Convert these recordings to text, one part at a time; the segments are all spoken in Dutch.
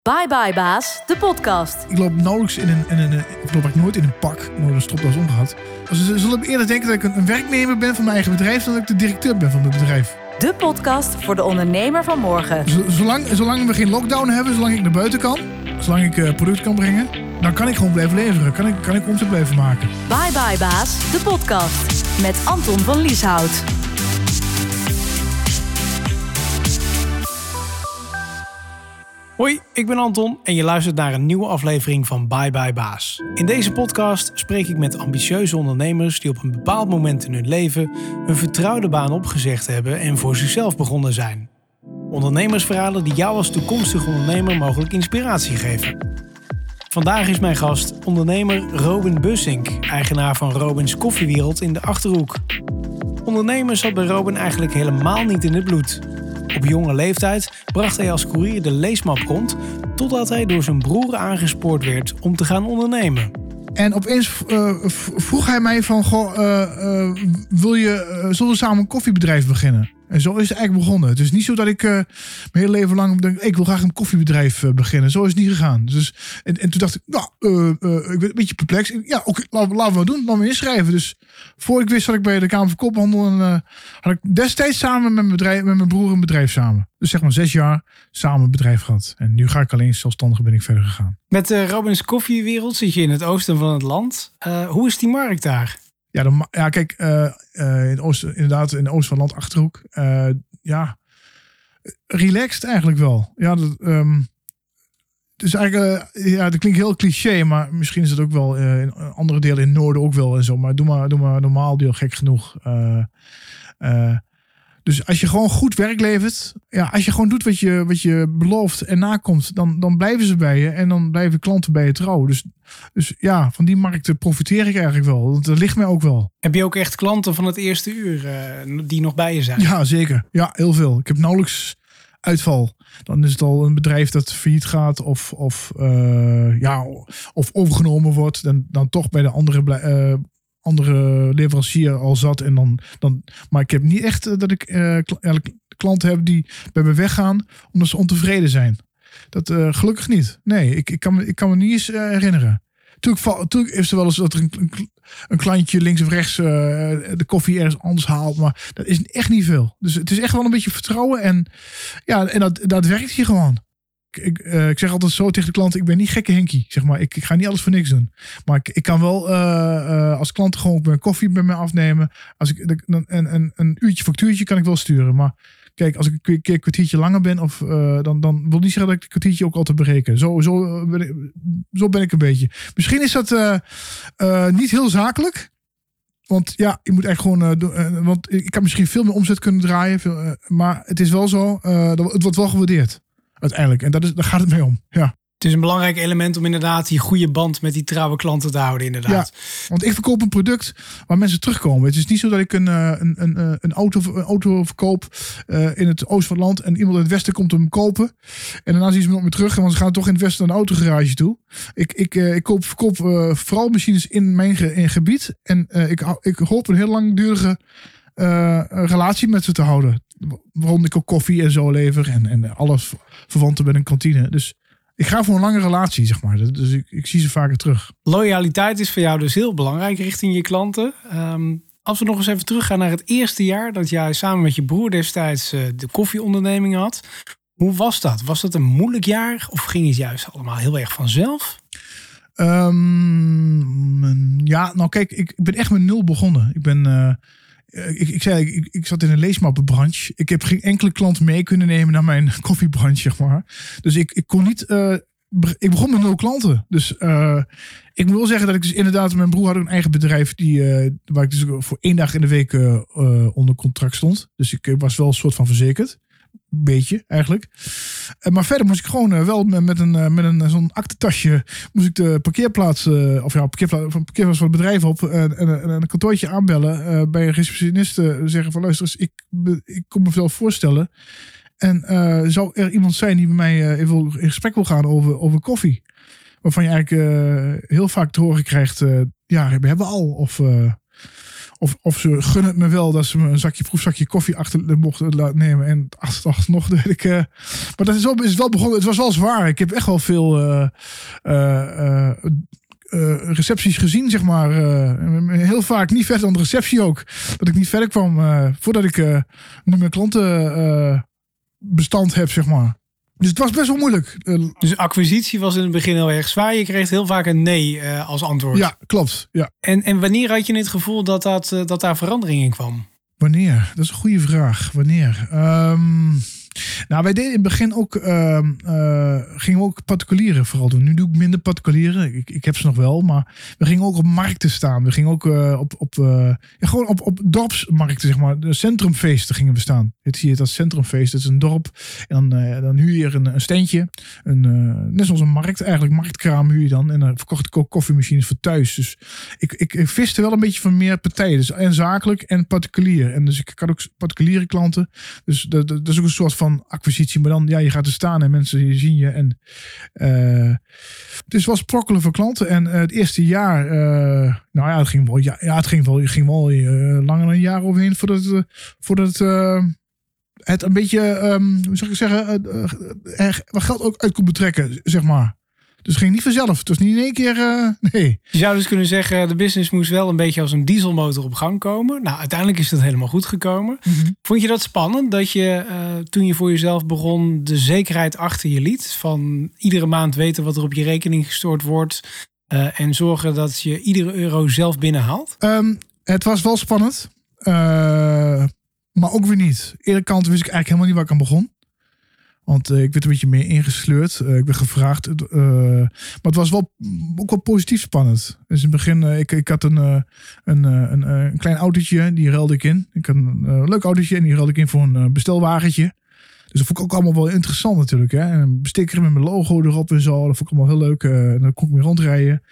Bye Bye Baas, de podcast. Ik loop nauwelijks ik loop eigenlijk nooit in een pak. Nooit een stropdas omgehad. Ze zullen eerder denken dat ik een werknemer ben van mijn eigen bedrijf dan dat ik de directeur ben van mijn bedrijf. De podcast voor de ondernemer van morgen. Zolang we geen lockdown hebben, zolang ik naar buiten kan, zolang ik producten kan brengen, dan kan ik gewoon blijven leveren. Kan ik omzet blijven maken. Bye Bye Baas, de podcast. Met Anton van Lieshout. Hoi, ik ben Anton en je luistert naar een nieuwe aflevering van Bye Bye Baas. In deze podcast spreek ik met ambitieuze ondernemers die op een bepaald moment in hun leven hun vertrouwde baan opgezegd hebben en voor zichzelf begonnen zijn. Ondernemersverhalen die jou als toekomstig ondernemer mogelijk inspiratie geven. Vandaag is mijn gast ondernemer Robin Bussink, eigenaar van Robins Koffiewereld in de Achterhoek. Ondernemer zat bij Robin eigenlijk helemaal niet in het bloed. Op jonge leeftijd bracht hij als koerier de leesmap rond, totdat hij door zijn broer aangespoord werd om te gaan ondernemen. En opeens vroeg hij mij van, zullen we samen een koffiebedrijf beginnen? En zo is het eigenlijk begonnen. Het is niet zo dat ik mijn hele leven lang denk, ik wil graag een koffiebedrijf beginnen. Zo is het niet gegaan. Dus, en toen dacht ik, ik ben een beetje perplex. Ja, oké, laten we het doen. Laten we inschrijven. Dus voor ik wist dat ik bij de Kamer van Koophandel had ik destijds samen met mijn broer een bedrijf samen. Dus zeg maar 6 jaar samen een bedrijf gehad. En nu ga ik alleen zelfstandig ben ik verder gegaan. Met Robins Koffiewereld zit je in het oosten van het land. Hoe is die markt daar? Ja, kijk, in het oosten, inderdaad, in het oosten van het land, Achterhoek. Relaxed eigenlijk wel. Ja, dus eigenlijk, dat klinkt heel cliché, maar misschien is het ook wel in andere delen in het noorden ook wel en zo. Maar doe maar normaal deel, gek genoeg. Dus als je gewoon goed werk levert, als je gewoon doet wat je belooft en nakomt, dan blijven ze bij je en dan blijven klanten bij je trouw. Dus ja, van die markt profiteer ik eigenlijk wel. Dat ligt mij ook wel. Heb je ook echt klanten van het eerste uur die nog bij je zijn? Ja, zeker. Ja, heel veel. Ik heb nauwelijks uitval. Dan is het al een bedrijf dat failliet gaat of overgenomen wordt. Dan toch bij de andere leverancier al zat. En dan, maar ik heb niet echt dat ik klanten heb die bij me weggaan omdat ze ontevreden zijn. Dat gelukkig niet. Nee, ik kan me niet eens herinneren. Toen is er wel eens dat er een klantje links of rechts de koffie ergens anders haalt. Maar dat is echt niet veel. Dus het is echt wel een beetje vertrouwen. En dat werkt hier gewoon. Ik zeg altijd zo tegen de klant, ik ben niet gekke Henkie. Zeg maar, ik ga niet alles voor niks doen. Maar ik kan wel als klant gewoon mijn koffie bij mij afnemen. Als ik een uurtje factuurtje kan ik wel sturen. Maar kijk, als ik een keer een kwartiertje langer ben, dan wil niet zeggen dat ik het kwartiertje ook altijd bereken. Zo ben ik een beetje. Misschien is dat niet heel zakelijk. Want ja, je moet echt gewoon want ik kan misschien veel meer omzet kunnen draaien. Maar het is wel zo, het wordt wel gewaardeerd. Uiteindelijk. En daar gaat het mee om. Ja. Het is een belangrijk element om inderdaad die goede band met die trouwe klanten te houden. Inderdaad. Ja, want ik verkoop een product waar mensen terugkomen. Het is niet zo dat ik een auto verkoop in het oosten van het land en iemand uit het westen komt hem kopen. En daarna zien ze me nog meer terug, want ze gaan toch in het westen naar de autogarage toe. Ik verkoop vooral machines in mijn gebied. En ik hoop een heel langdurige relatie met ze te houden. Waarom ik ook koffie en zo lever en alles verwanten met een kantine. Dus ik ga voor een lange relatie, zeg maar. Dus ik zie ze vaker terug. Loyaliteit is voor jou dus heel belangrijk richting je klanten. Als we nog eens even teruggaan naar het eerste jaar dat jij samen met je broer destijds de koffieonderneming had. Hoe was dat? Was dat een moeilijk jaar of ging het juist allemaal heel erg vanzelf? Kijk, ik ben echt met 0 begonnen. Ik zat in een leesmappenbranche. Ik heb geen enkele klant mee kunnen nemen naar mijn koffiebranche, zeg maar. Dus ik kon niet. Ik begon met 0 klanten. Dus ik moet wel zeggen dat ik dus inderdaad, mijn broer had ook een eigen bedrijf waar ik dus voor 1 dag in de week onder contract stond. Dus ik was wel een soort van verzekerd. Beetje eigenlijk. Maar verder moest ik gewoon wel met zo'n aktentasje moest ik de parkeerplaats van het bedrijf op en een kantoortje aanbellen bij een receptionist zeggen van luister eens, ik kom me wel voorstellen. En zou er iemand zijn die bij mij even in gesprek wil gaan over koffie? Waarvan je eigenlijk heel vaak te horen krijgt, we hebben al. Of ze gunnen het me wel dat ze me een proefzakje koffie achter mochten laten nemen. En alsnog deed ik... maar dat is wel begonnen. Het was wel zwaar. Ik heb echt wel veel recepties gezien, zeg maar. Heel vaak niet verder dan de receptie ook. Dat ik niet verder kwam voordat ik nu mijn klantenbestand heb, zeg maar. Dus het was best wel moeilijk. Dus acquisitie was in het begin heel erg zwaar. Je kreeg heel vaak een nee als antwoord. Ja, klopt. Ja. En wanneer had je het gevoel dat daar verandering in kwam? Wanneer? Dat is een goede vraag. Wanneer? Nou, wij deden in het begin ook, gingen we ook particulieren vooral doen. Nu doe ik minder particulieren. Ik heb ze nog wel, maar we gingen ook op markten staan. We gingen ook gewoon op dorpsmarkten, zeg maar. De centrumfeesten gingen we staan. Dit zie je dat centrumfeest. Dat is een dorp. En dan huur je een standje. Net zoals een markt eigenlijk. Marktkraam huur je dan. En dan verkocht ik ook koffiemachines voor thuis. Dus ik viste wel een beetje van meer partijen. Dus en zakelijk en particulier. En dus ik had ook particuliere klanten. Dus dat is ook een soort van acquisitie, maar dan, ja, je gaat er staan en mensen zien je. En dus het was sprokkelen voor klanten. En het eerste jaar, nou ja, het ging wel, langer dan een jaar overheen voordat het een beetje, hoe zou ik zeggen, wat geld ook uit kon betrekken, zeg maar. Dus het ging niet vanzelf. Het was niet in één keer, nee. Je zou dus kunnen zeggen, de business moest wel een beetje als een dieselmotor op gang komen. Nou, uiteindelijk is dat helemaal goed gekomen. Mm-hmm. Vond je dat spannend dat je, toen je voor jezelf begon, de zekerheid achter je liet? Van iedere maand weten wat er op je rekening gestort wordt. En zorgen dat je iedere euro zelf binnenhaalt? Het was wel spannend. Maar ook weer niet. Aan de ene kant wist ik eigenlijk helemaal niet waar ik aan begon. Want ik werd een beetje meer ingesleurd. Ik werd gevraagd. Maar het was ook wel positief spannend. Dus in het begin, ik had een klein autootje. Die ruilde ik in. Ik had een leuk autootje en die ruilde ik in voor een bestelwagentje. Dus dat vond ik ook allemaal wel interessant natuurlijk. Hè? En een besticker met mijn logo erop en zo. Dat vond ik allemaal heel leuk. En dan kon ik weer rondrijden.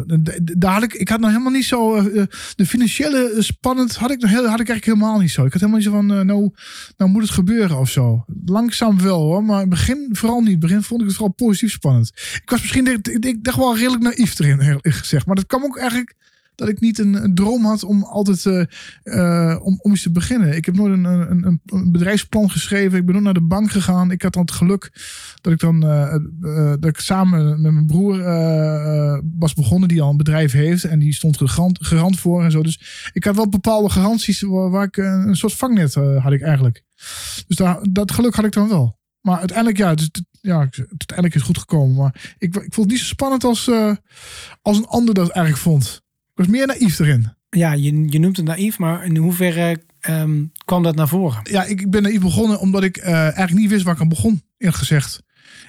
Ik had nog helemaal niet zo... de financiële spannend had ik eigenlijk helemaal niet zo. Ik had helemaal niet zo van... nou moet het gebeuren of zo. Langzaam wel hoor. Maar in het begin vooral niet. In het begin vond ik het vooral positief spannend. Ik was misschien... Ik dacht wel redelijk naïef erin, eerlijk gezegd. Maar dat kwam ook eigenlijk... dat ik niet een droom had om altijd om iets te beginnen. Ik heb nooit een bedrijfsplan geschreven. Ik ben nooit naar de bank gegaan. Ik had dan het geluk dat ik dan dat ik samen met mijn broer was begonnen, die al een bedrijf heeft. En die stond garant voor en zo. Dus ik had wel bepaalde garanties waar ik een soort vangnet had ik eigenlijk. Dus dat geluk had ik dan wel. Maar uiteindelijk, uiteindelijk is het goed gekomen. Maar ik vond het niet zo spannend als een ander dat eigenlijk vond. Ik was meer naïef erin. Ja, je noemt het naïef, maar in hoeverre kwam dat naar voren? Ja, ik ben naïef begonnen omdat ik eigenlijk niet wist waar ik aan begon, eerlijk gezegd.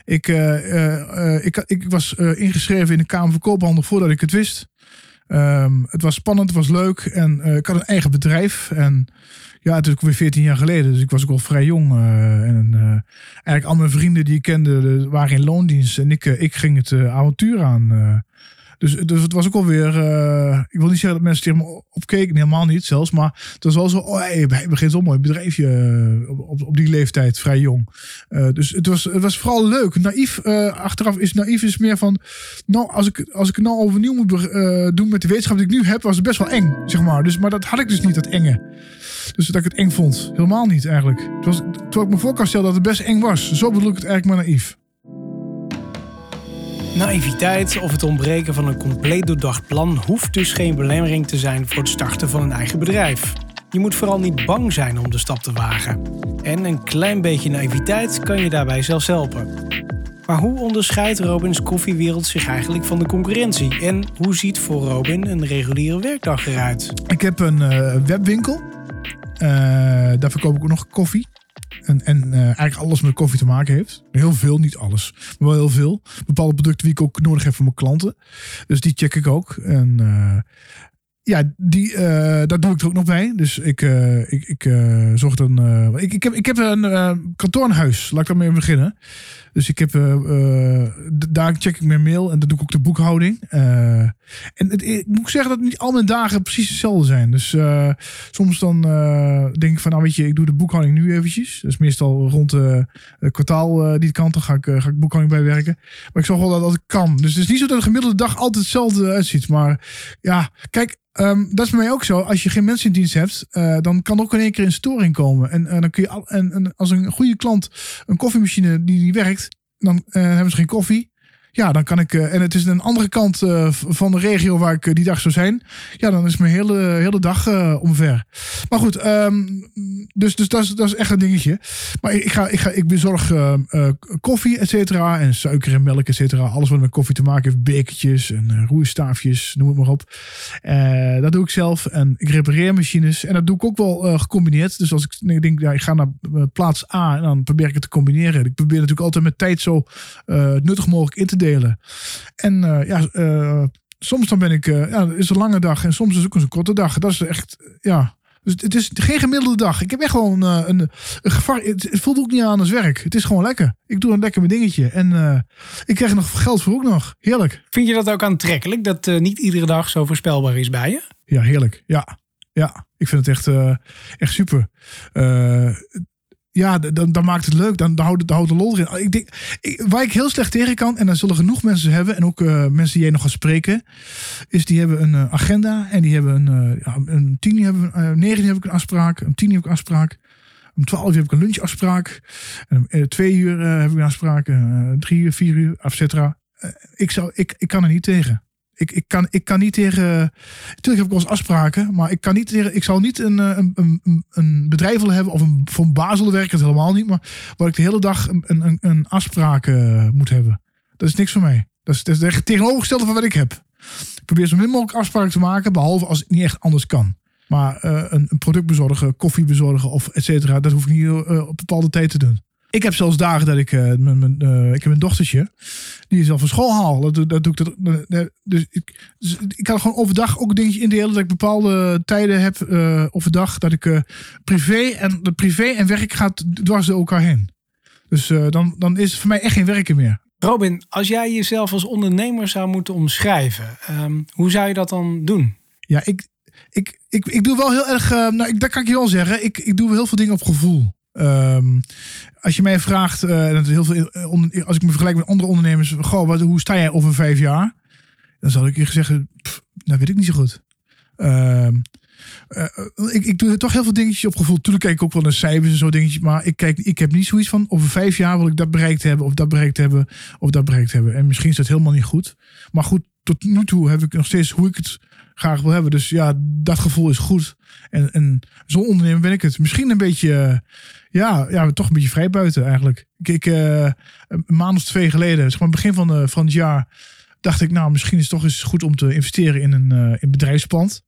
Ik was ingeschreven in de Kamer van Koophandel voordat ik het wist. Het was spannend, het was leuk en ik had een eigen bedrijf. En ja, het is ook weer 14 jaar geleden, dus ik was ook al vrij jong. Eigenlijk al mijn vrienden die ik kende waren in loondienst en ik ging het avontuur aan. Dus het was ook alweer... ik wil niet zeggen dat mensen tegen me opkeken. Helemaal niet zelfs. Maar het was wel zo... hij begint zo'n mooi bedrijfje op die leeftijd. Vrij jong. Dus het was vooral leuk. Naïef. Achteraf is naïef is meer van... Nou, als ik het nou overnieuw moet doen met de wetenschap die ik nu heb... was het best wel eng, zeg maar. Maar dat had ik dus niet, dat enge. Dus dat ik het eng vond. Helemaal niet, eigenlijk. Terwijl ik me voor kan stellen dat het best eng was. Zo bedoel ik het eigenlijk maar naïef. Naïviteit of het ontbreken van een compleet doordacht plan hoeft dus geen belemmering te zijn voor het starten van een eigen bedrijf. Je moet vooral niet bang zijn om de stap te wagen. En een klein beetje naïviteit kan je daarbij zelfs helpen. Maar hoe onderscheidt Robins koffiewereld zich eigenlijk van de concurrentie? En hoe ziet voor Robin een reguliere werkdag eruit? Ik heb een webwinkel. Daar verkoop ik ook nog koffie. En eigenlijk alles met koffie te maken heeft. Heel veel, niet alles. Maar wel heel veel. Bepaalde producten die ik ook nodig heb voor mijn klanten. Dus die check ik ook. En daar doe ik er ook nog bij. Dus ik zorg dan... Ik heb een kantoor in huis. Laat ik daarmee beginnen. Dus ik heb... daar check ik mijn mail. En dan doe ik ook de boekhouding. Ik moet zeggen dat niet al mijn dagen precies hetzelfde zijn. Dus soms dan denk ik van... Nou weet je, ik doe de boekhouding nu eventjes. Dus meestal rond het kwartaal die kant. Dan ga ik boekhouding bijwerken. Maar ik zorg wel dat ik kan. Dus het is niet zo dat de gemiddelde dag altijd hetzelfde uitziet. Maar ja, kijk... dat is bij mij ook zo. Als je geen mensen in dienst hebt, dan kan er ook in één keer een storing komen. En dan kun je en als een goede klant een koffiemachine die niet werkt, dan hebben ze geen koffie. Ja, dan kan ik... en het is een andere kant van de regio waar ik die dag zou zijn. Ja, dan is mijn hele dag omver. Maar goed, dus dat is echt een dingetje. Maar ik bezorg koffie, et cetera. En suiker en melk, et cetera. Alles wat met koffie te maken heeft. Bekertjes en roeistaafjes, noem het maar op. Dat doe ik zelf. En ik repareer machines. En dat doe ik ook wel gecombineerd. Dus als ik denk, ik ga naar plaats A en dan probeer ik het te combineren. Ik probeer natuurlijk altijd met tijd zo nuttig mogelijk in te delen. En soms dan ben ik, is het een lange dag en soms is het ook een korte dag. Dat is echt, dus het is geen gemiddelde dag. Ik heb echt gewoon een gevaar. Het voelt ook niet aan als werk. Het is gewoon lekker. Ik doe een lekker mijn dingetje. En ik krijg er nog geld voor ook nog. Heerlijk. Vind je dat ook aantrekkelijk? Dat niet iedere dag zo voorspelbaar is bij je? Ja, heerlijk. Ja, ik vind het echt super. Ja, dan maakt het leuk. Dan houdt de lol erin. Ik denk, waar ik heel slecht tegen kan, en dan zullen genoeg mensen hebben, en ook mensen die jij nog gaat spreken, is die hebben een agenda en die hebben een 9 heb ik een afspraak, om 10 heb ik een afspraak, om 12 heb ik een lunchafspraak, en 2 uur heb ik een afspraak, 3 uur, 4 uur, et cetera. Ik kan er niet tegen. Ik kan niet tegen. Natuurlijk heb ik wel eens afspraken, maar ik kan niet tegen. Ik zal niet een bedrijf willen hebben of voor een baas willen werken, het helemaal niet. Maar waar ik de hele dag een afspraak moet hebben. Dat is niks voor mij. Dat is het tegenovergestelde van wat ik heb. Ik probeer zo min mogelijk afspraken te maken, behalve als het niet echt anders kan. Maar een product bezorgen, koffie bezorgen of et cetera, dat hoef ik niet op bepaalde tijd te doen. Ik heb zelfs dagen dat ik ik heb een dochtertje die is al van school haal. Dat doe ik. Dus ik kan gewoon overdag ook een dingetje indelen dat ik bepaalde tijden heb overdag dat ik privé en werk gaat dwars door elkaar heen. Dus dan is het voor mij echt geen werken meer. Robin, als jij jezelf als ondernemer zou moeten omschrijven, hoe zou je dat dan doen? Ja, ik doe wel heel erg. Dat kan ik je wel zeggen. Ik doe heel veel dingen op gevoel. Als je mij vraagt, heel veel, als ik me vergelijk met andere ondernemers, hoe sta jij over 5 jaar? Dan zal ik je zeggen, dat weet ik niet zo goed. Ik doe toch heel veel dingetjes op gevoel. Tuurlijk kijk ik ook wel naar cijfers en zo dingetjes, maar ik heb niet zoiets van over 5 jaar wil ik dat bereikt hebben, of dat bereikt hebben, of dat bereikt hebben. En misschien is dat helemaal niet goed. Maar goed, tot nu toe heb ik nog steeds hoe ik het graag wil hebben. Dus ja, dat gevoel is goed. En zo'n ondernemer ben ik het. Misschien een beetje, toch een beetje vrij buiten eigenlijk. Een maand of 2 geleden, zeg maar begin van het jaar, dacht ik, nou, misschien is het toch eens goed om te investeren in een bedrijfspand.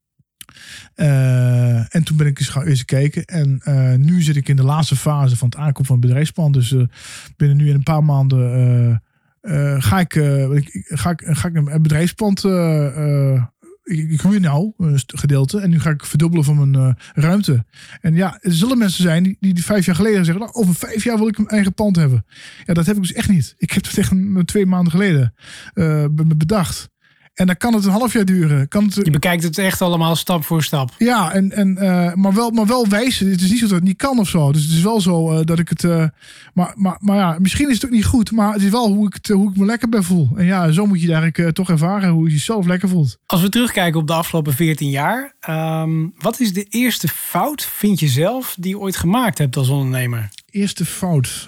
En toen ben ik eens gaan kijken. En nu zit ik in de laatste fase van het aankoop van het bedrijfspand. Dus binnen nu in een paar maanden ga ik een bedrijfspand. Ik huur nou een gedeelte en nu ga ik verdubbelen van mijn ruimte. En ja, er zullen mensen zijn die 5 jaar geleden zeggen, nou, over 5 jaar wil ik mijn eigen pand hebben. Ja, dat heb ik dus echt niet. Ik heb het echt 2 maanden geleden bedacht. En dan kan het een half jaar duren. Je bekijkt het echt allemaal stap voor stap. Ja, maar wel wijs. Het is niet zo dat het niet kan of zo. Dus het is wel zo dat ik het. Maar ja, misschien is het ook niet goed. Maar het is wel hoe ik me lekker bij voel. En ja, zo moet je eigenlijk toch ervaren hoe je jezelf lekker voelt. Als we terugkijken op de afgelopen 14 jaar. Wat is de eerste fout, vind je zelf, die je ooit gemaakt hebt als ondernemer? Eerste fout.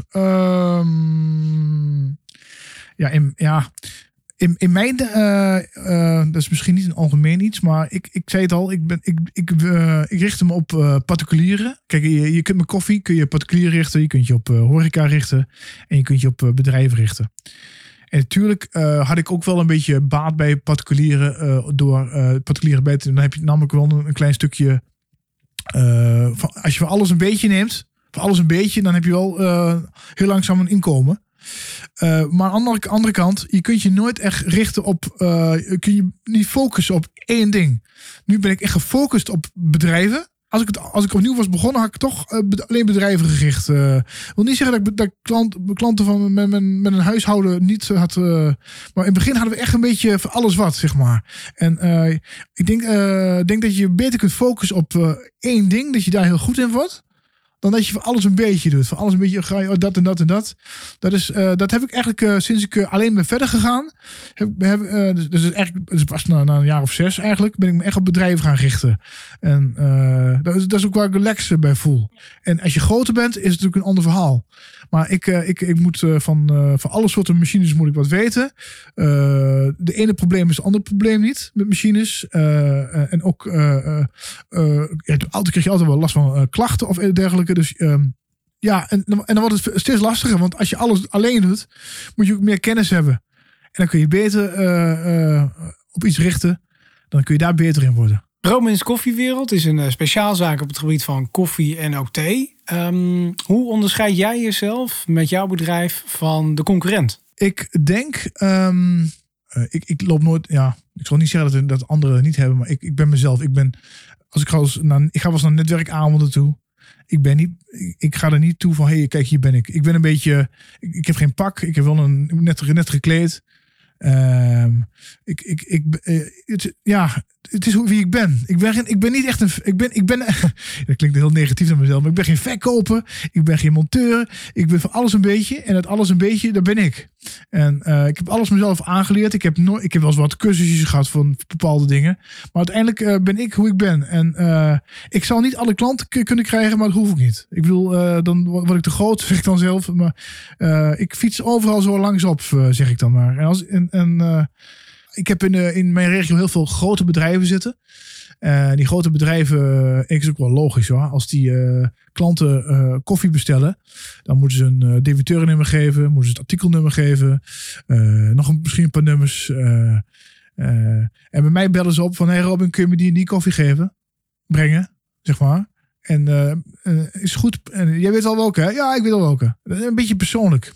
In mijn, dat is misschien niet een algemeen iets, maar ik zei het al, ik richtte me op particulieren. Kijk, je kunt met koffie, kun je particulier richten, je kunt je op horeca richten en je kunt je op bedrijven richten. En natuurlijk had ik ook wel een beetje baat bij particulieren door particulieren bij te doen. Dan heb je namelijk wel een klein stukje, als je voor alles een beetje neemt, dan heb je wel heel langzaam een inkomen. Maar aan de andere kant, je kunt je nooit echt richten op, kun je niet focussen op één ding. Nu ben ik echt gefocust op bedrijven. Als ik opnieuw was begonnen, had ik toch alleen bedrijven gericht. Wil niet zeggen dat ik klanten van met een huishouden niet had. Maar in het begin hadden we echt een beetje voor alles wat, zeg maar. En ik denk dat je beter kunt focussen op één ding, dat je daar heel goed in wordt. dan dat je voor alles een beetje doet. Voor alles een beetje ga je dat en dat en dat. Dat heb ik eigenlijk sinds ik alleen ben verder gegaan. Dus pas na een jaar of 6 eigenlijk ben ik me echt op bedrijven gaan richten. En dat is ook waar ik relax bij voel. En als je groter bent is het natuurlijk een ander verhaal. Maar ik moet van alle soorten machines moet ik wat weten. De ene probleem is het andere probleem niet met machines. En ook altijd krijg je altijd wel last van klachten of dergelijke. Dus en dan wordt het steeds lastiger. Want als je alles alleen doet, moet je ook meer kennis hebben. En dan kun je beter op iets richten. Dan kun je daar beter in worden. Robins Koffiewereld is een speciaalzaak op het gebied van koffie en ook thee. Hoe onderscheid jij jezelf met jouw bedrijf van de concurrent? Ik denk, ik loop nooit, ik zal niet zeggen dat anderen niet hebben, maar ik ben mezelf. Ik ga wel eens naar netwerkavonden toe. Ik ga er niet toe van, hey, kijk, hier ben ik. Ik ben een beetje, ik heb geen pak. Ik heb wel net gekleed. Het is wie ik ben. Ik ben niet echt ik ben dat klinkt heel negatief naar mezelf, maar ik ben geen verkoper. Ik ben geen monteur. Ik ben van alles een beetje. En dat alles een beetje, daar ben ik. En ik heb alles mezelf aangeleerd. Ik heb wel eens wat cursusjes gehad van bepaalde dingen. Maar uiteindelijk ben ik hoe ik ben. En ik zal niet alle klanten kunnen krijgen, maar dat hoef ik niet. Ik bedoel, dan word ik te groot, zeg ik dan zelf. Maar ik fiets overal zo langsop, zeg ik dan maar. Ik heb in mijn regio heel veel grote bedrijven zitten. Die grote bedrijven, is ook wel logisch hoor. Als die klanten koffie bestellen, dan moeten ze een debiteurennummer geven, moeten ze het artikelnummer geven, misschien een paar nummers. En bij mij bellen ze op van, hey Robin, kun je me die en die koffie brengen, zeg maar. En is goed. En jij weet al welke, hè? Ja, ik weet al welke. Een beetje persoonlijk.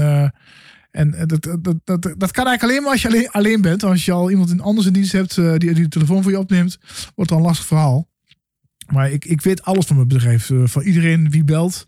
En dat kan eigenlijk alleen maar als je alleen bent. Als je al iemand anders in dienst hebt die de telefoon voor je opneemt, wordt het een lastig verhaal. Maar ik weet alles van mijn bedrijf. Van iedereen wie belt.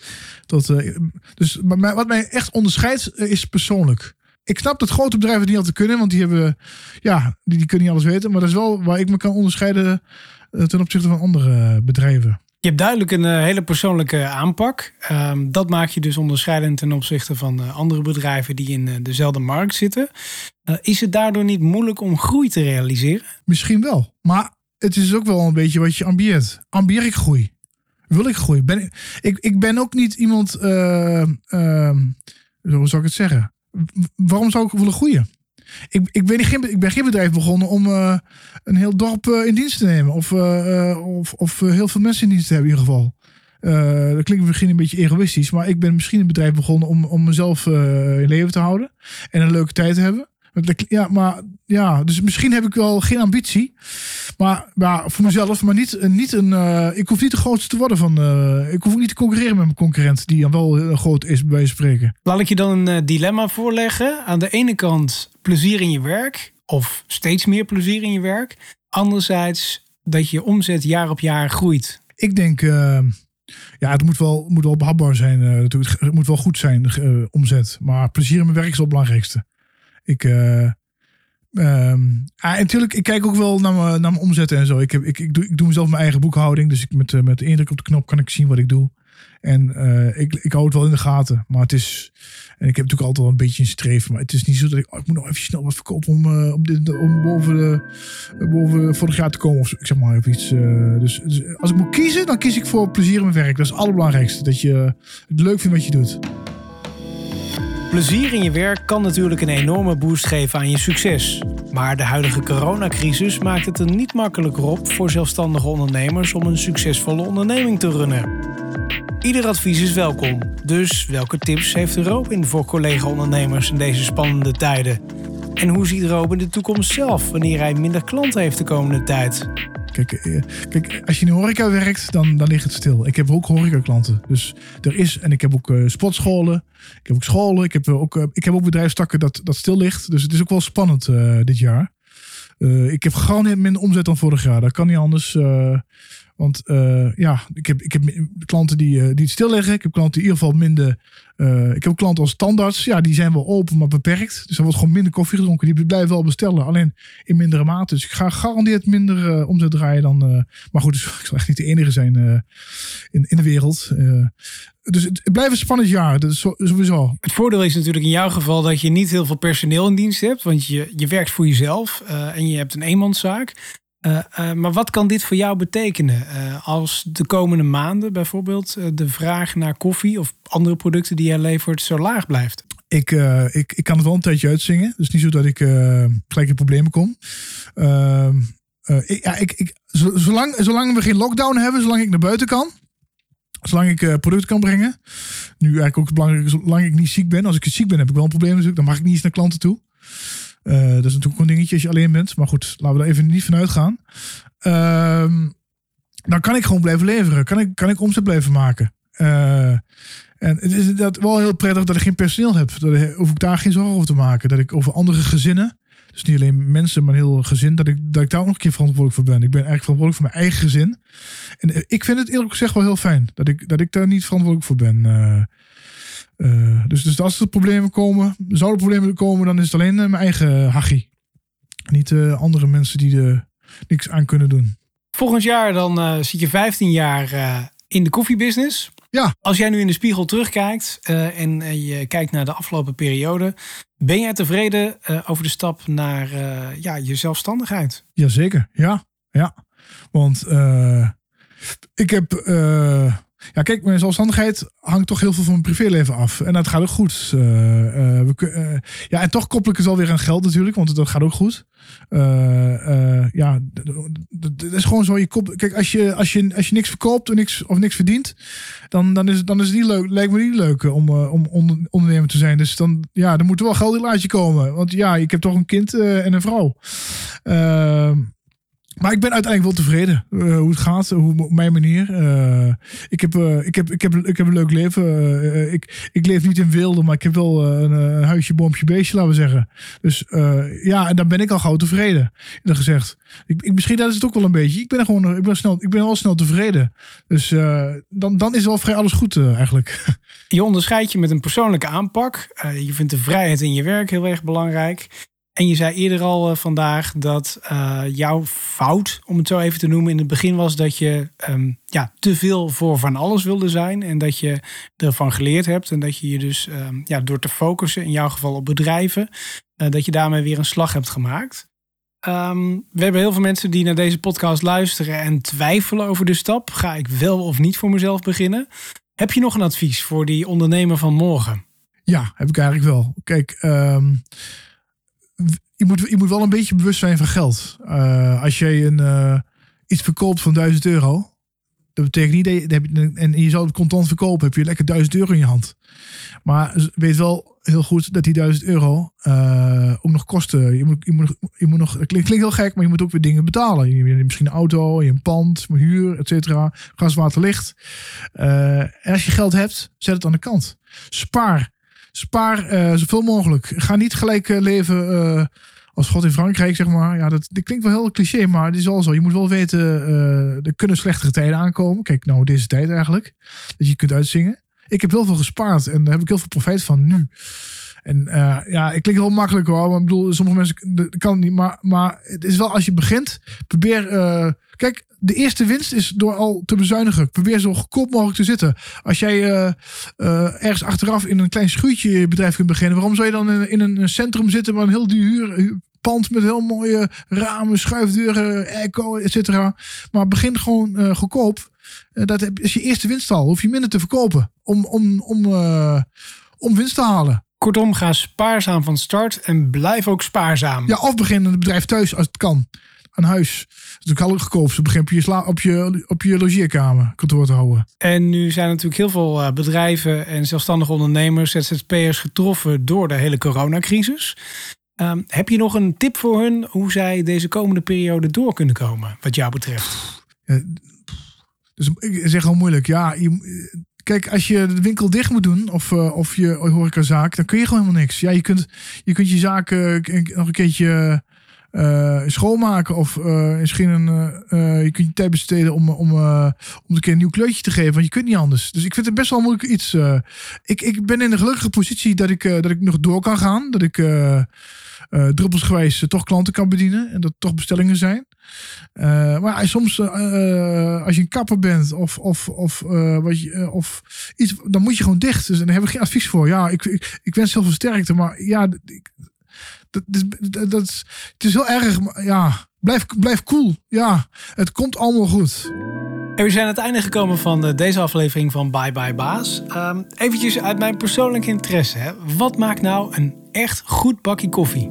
Maar wat mij echt onderscheidt is persoonlijk. Ik snap dat grote bedrijven het niet altijd kunnen. Want die hebben, die kunnen niet alles weten. Maar dat is wel waar ik me kan onderscheiden ten opzichte van andere bedrijven. Je hebt duidelijk een hele persoonlijke aanpak. Dat maakt je dus onderscheidend ten opzichte van andere bedrijven die in dezelfde markt zitten. Is het daardoor niet moeilijk om groei te realiseren? Misschien wel. Maar het is ook wel een beetje wat je ambieert. Ambieer ik groei? Wil ik groei? Ik ben ook niet iemand... hoe zou ik het zeggen? Waarom zou ik willen groeien? Ik ben geen bedrijf begonnen om een heel dorp in dienst te nemen. Of heel veel mensen in dienst te hebben in ieder geval. Dat klinkt misschien een beetje egoïstisch. Maar ik ben misschien een bedrijf begonnen om mezelf in leven te houden. En een leuke tijd te hebben. Dus misschien heb ik wel geen ambitie. Maar voor mezelf. Maar niet ik hoef niet de grootste te worden ik hoef niet te concurreren met mijn concurrent. Die dan wel groot is bij wijze van spreken. Laat ik je dan een dilemma voorleggen. Aan de ene kant plezier in je werk. Of steeds meer plezier in je werk. Anderzijds dat je omzet jaar op jaar groeit. Ik denk... het moet wel behapbaar zijn. Het moet wel goed zijn, omzet. Maar plezier in mijn werk is wel het belangrijkste. Natuurlijk, ik kijk ook wel naar mijn omzetten en zo. Ik doe mezelf mijn eigen boekhouding. Dus met de indruk op de knop kan ik zien wat ik doe. En ik hou het wel in de gaten. Maar het is... En ik heb natuurlijk altijd wel een beetje een streven. Maar het is niet zo dat ik moet nog even snel wat verkopen om boven vorig jaar te komen. Of ik zeg maar even iets. Dus als ik moet kiezen, dan kies ik voor plezier in mijn werk. Dat is het allerbelangrijkste. Dat je het leuk vindt wat je doet. Plezier in je werk kan natuurlijk een enorme boost geven aan je succes. Maar de huidige coronacrisis maakt het er niet makkelijker op voor zelfstandige ondernemers om een succesvolle onderneming te runnen. Ieder advies is welkom. Dus welke tips heeft Robin voor collega-ondernemers in deze spannende tijden? En hoe ziet Robin de toekomst zelf wanneer hij minder klanten heeft de komende tijd? Kijk, als je in de horeca werkt, dan ligt het stil. Ik heb ook horecaklanten. Dus en ik heb ook sportscholen. Ik heb ook scholen. Ik heb ook bedrijfstakken dat stil ligt. Dus het is ook wel spannend dit jaar. Ik heb gewoon minder omzet dan vorig jaar. Dat kan niet anders. Want ik heb klanten die het stilleggen. Ik heb klanten die in ieder geval minder... ik heb klanten als tandarts. Ja, die zijn wel open, maar beperkt. Dus er wordt gewoon minder koffie gedronken. Die blijven wel bestellen, alleen in mindere mate. Dus ik ga gegarandeerd minder omzet draaien dan... maar goed, dus ik zal echt niet de enige zijn in de wereld. Dus het blijft een spannend jaar, dat is sowieso. Het voordeel is natuurlijk in jouw geval dat je niet heel veel personeel in dienst hebt. Want je werkt voor jezelf en je hebt een eenmanszaak. Maar wat kan dit voor jou betekenen? Als de komende maanden bijvoorbeeld de vraag naar koffie of andere producten die jij levert zo laag blijft? Ik kan het wel een tijdje uitzingen. Dus niet zo dat ik gelijk in problemen kom. Zolang we geen lockdown hebben, zolang ik naar buiten kan. Zolang ik producten kan brengen. Nu eigenlijk ook belangrijk, zolang ik niet ziek ben. Als ik ziek ben, heb ik wel een probleem natuurlijk. Dan mag ik niet eens naar klanten toe. Dat is natuurlijk ook een dingetje als je alleen bent. Maar goed, laten we er even niet van uitgaan. Dan kan ik gewoon blijven leveren. Kan ik omzet blijven maken. En het is dat wel heel prettig dat ik geen personeel heb. Dat hoef ik daar geen zorgen over te maken. Dat ik over andere gezinnen... Dus niet alleen mensen, maar een heel gezin. Dat ik daar ook nog een keer verantwoordelijk voor ben. Ik ben eigenlijk verantwoordelijk voor mijn eigen gezin. En ik vind het eerlijk gezegd wel heel fijn. Dat ik daar niet verantwoordelijk voor ben. Dus als er problemen komen, zouden problemen komen, dan is het alleen mijn eigen hachie. Niet andere mensen die er niks aan kunnen doen. Volgend jaar dan zit je 15 jaar in de koffiebusiness. Ja. Als jij nu in de spiegel terugkijkt en je kijkt naar de afgelopen periode, ben jij tevreden over de stap naar je zelfstandigheid? Jazeker, ja. Want ik heb... kijk, mijn zelfstandigheid hangt toch heel veel van mijn privéleven af. En dat gaat ook goed. En toch koppel ik het alweer aan geld natuurlijk, want dat gaat ook goed. Dat is gewoon zo. Kijk, als je niks verkoopt of niks verdient, dan is het niet leuk. Lijkt me niet leuk om ondernemer te zijn. Dus dan moet er wel geld in het laadje komen. Want ik heb toch een kind en een vrouw. Maar ik ben uiteindelijk wel tevreden hoe het gaat, op mijn manier. Ik heb een leuk leven. Ik leef niet in wilde, maar ik heb wel een huisje, boompje, beestje, laten we zeggen. Dus en dan ben ik al gauw tevreden. Dat gezegd. Misschien dat is het ook wel een beetje. Ik ben wel snel tevreden. Dus dan is wel vrij alles goed eigenlijk. Je onderscheidt je met een persoonlijke aanpak. Je vindt de vrijheid in je werk heel erg belangrijk. En je zei eerder al vandaag dat jouw fout, om het zo even te noemen, in het begin was dat je te veel voor van alles wilde zijn. En dat je ervan geleerd hebt. En dat je je dus door te focussen, in jouw geval op bedrijven, dat je daarmee weer een slag hebt gemaakt. We hebben heel veel mensen die naar deze podcast luisteren en twijfelen over de stap. Ga ik wel of niet voor mezelf beginnen? Heb je nog een advies voor die ondernemer van morgen? Ja, heb ik eigenlijk wel. Kijk, je moet wel een beetje bewust zijn van geld. Als jij iets verkoopt van €1000, dat betekent niet dat en je zou het contant verkopen, heb je lekker €1000 in je hand. Maar weet wel heel goed dat die €1000 ook nog kosten. Je moet nog, het klinkt heel gek, maar je moet ook weer dingen betalen. Je hebt misschien een auto, je hebt een pand, huur, et cetera. Gas, water, licht. En als je geld hebt, zet het aan de kant. Spaar zoveel mogelijk. Ga niet gelijk leven als God in Frankrijk, zeg maar. Ja, dat klinkt wel heel cliché, maar het is al zo. Je moet wel weten, er kunnen slechtere tijden aankomen. Kijk, nou deze tijd eigenlijk. Dat je kunt uitzingen. Ik heb heel veel gespaard en daar heb ik heel veel profijt van nu. En ik klink heel makkelijk hoor. Maar ik bedoel, sommige mensen dat kan het niet. Maar het is wel als je begint, probeer... Kijk, de eerste winst is door al te bezuinigen. Probeer zo goedkoop mogelijk te zitten. Als jij ergens achteraf in een klein schuurtje je bedrijf kunt beginnen. Waarom zou je dan in een centrum zitten waar een heel duur pand met heel mooie ramen, schuifdeuren, airco, et cetera. Maar begin gewoon goedkoop. Dat is je eerste winst al. Hoef je minder te verkopen om winst te halen. Kortom, ga spaarzaam van start en blijf ook spaarzaam. Ja, of begin een bedrijf thuis als het kan. Een huis. Dat is ook al goedkoop. Ze begin op je logeerkamer kantoor te houden. En nu zijn natuurlijk heel veel bedrijven en zelfstandige ondernemers, ZZP'ers getroffen door de hele coronacrisis. Heb je nog een tip voor hun hoe zij deze komende periode door kunnen komen, wat jou betreft? Dus ik zeg al moeilijk. Ja, kijk, als je de winkel dicht moet doen of je horecazaak, dan kun je gewoon helemaal niks. Ja, je kunt je zaak nog een keertje schoonmaken. Of misschien je kunt je tijd besteden om een keer een nieuw kleurtje te geven. Want je kunt niet anders. Dus ik vind het best wel moeilijk iets. Ik ben in de gelukkige positie dat ik nog door kan gaan. Dat ik druppelsgewijs toch klanten kan bedienen. En dat toch bestellingen zijn. Maar soms als je een kapper bent of iets, dan moet je gewoon dicht. Dus daar heb ik geen advies voor. Ja, ik wens heel veel sterkte. Maar ja, het is heel erg. Maar ja, blijf cool. Ja, het komt allemaal goed. En we zijn aan het einde gekomen van deze aflevering van Bye Bye Baas. Eventjes uit mijn persoonlijke interesse. Hè. Wat maakt nou een echt goed bakje koffie?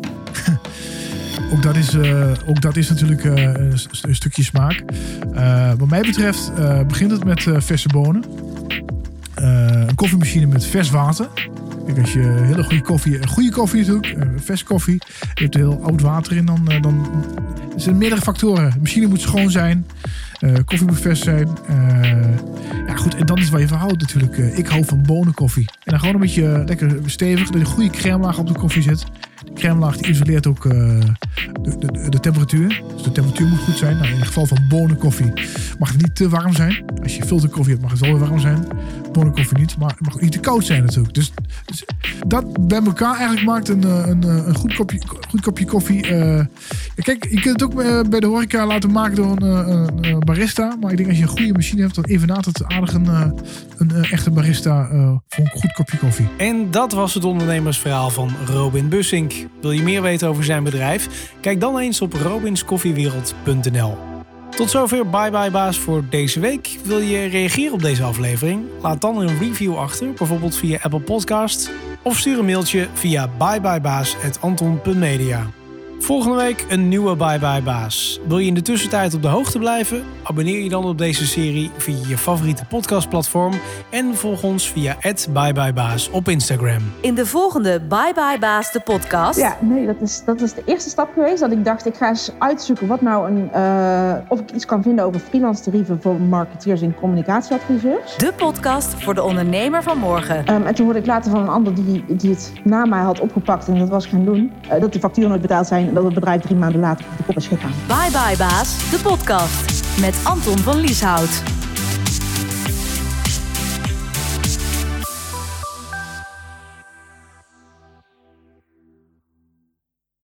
Ook dat is natuurlijk een stukje smaak. Wat mij betreft begint het met verse bonen. Een koffiemachine met vers water. Kijk, als je hele goede koffie natuurlijk, vers koffie, je hebt er heel oud water in, dan er zijn meerdere factoren. De machine moet schoon zijn, koffie moet vers zijn. Ja goed, en dan is waar je van houdt natuurlijk. Ik hou van bonenkoffie. En dan gewoon een beetje lekker stevig, dat je een goede crème laag op de koffie zet. De crème laag die isoleert ook de temperatuur. Dus de temperatuur moet goed zijn. Nou, in het geval van bonenkoffie mag het niet te warm zijn. Als je filterkoffie hebt mag het wel weer warm zijn. Bonenkoffie niet, maar het mag ook niet te koud zijn natuurlijk. Dus dat bij elkaar eigenlijk maakt een goed kopje koffie. Kijk, je kunt het ook bij de horeca laten maken door een barista. Maar ik denk als je een goede machine hebt, dan evenaart het aardig een echte barista voor een goed kopje koffie. En dat was het ondernemersverhaal van Robin Bussink. Wil je meer weten over zijn bedrijf? Kijk dan eens op robinskoffiewereld.nl. Tot zover Bye Bye Baas voor deze week. Wil je reageren op deze aflevering? Laat dan een review achter, bijvoorbeeld via Apple Podcasts. Of stuur een mailtje via byebyebaas@anton.media. Volgende week een nieuwe Bye Bye Baas. Wil je in de tussentijd op de hoogte blijven? Abonneer je dan op deze serie via je favoriete podcastplatform. En volg ons via @byebyebaas op Instagram. In de volgende Bye Bye Baas, de podcast. Ja, nee, dat is de eerste stap geweest. Dat ik dacht, ik ga eens uitzoeken wat nou of ik iets kan vinden over freelance tarieven voor marketeers en communicatieadviseurs. De podcast voor de ondernemer van morgen. En toen hoorde ik later van een ander die het na mij had opgepakt en dat was gaan doen. Dat de facturen nooit betaald zijn en dat het bedrijf 3 maanden later op de kop is gegaan. Bye Bye Baas, de podcast met Anton van Lieshout.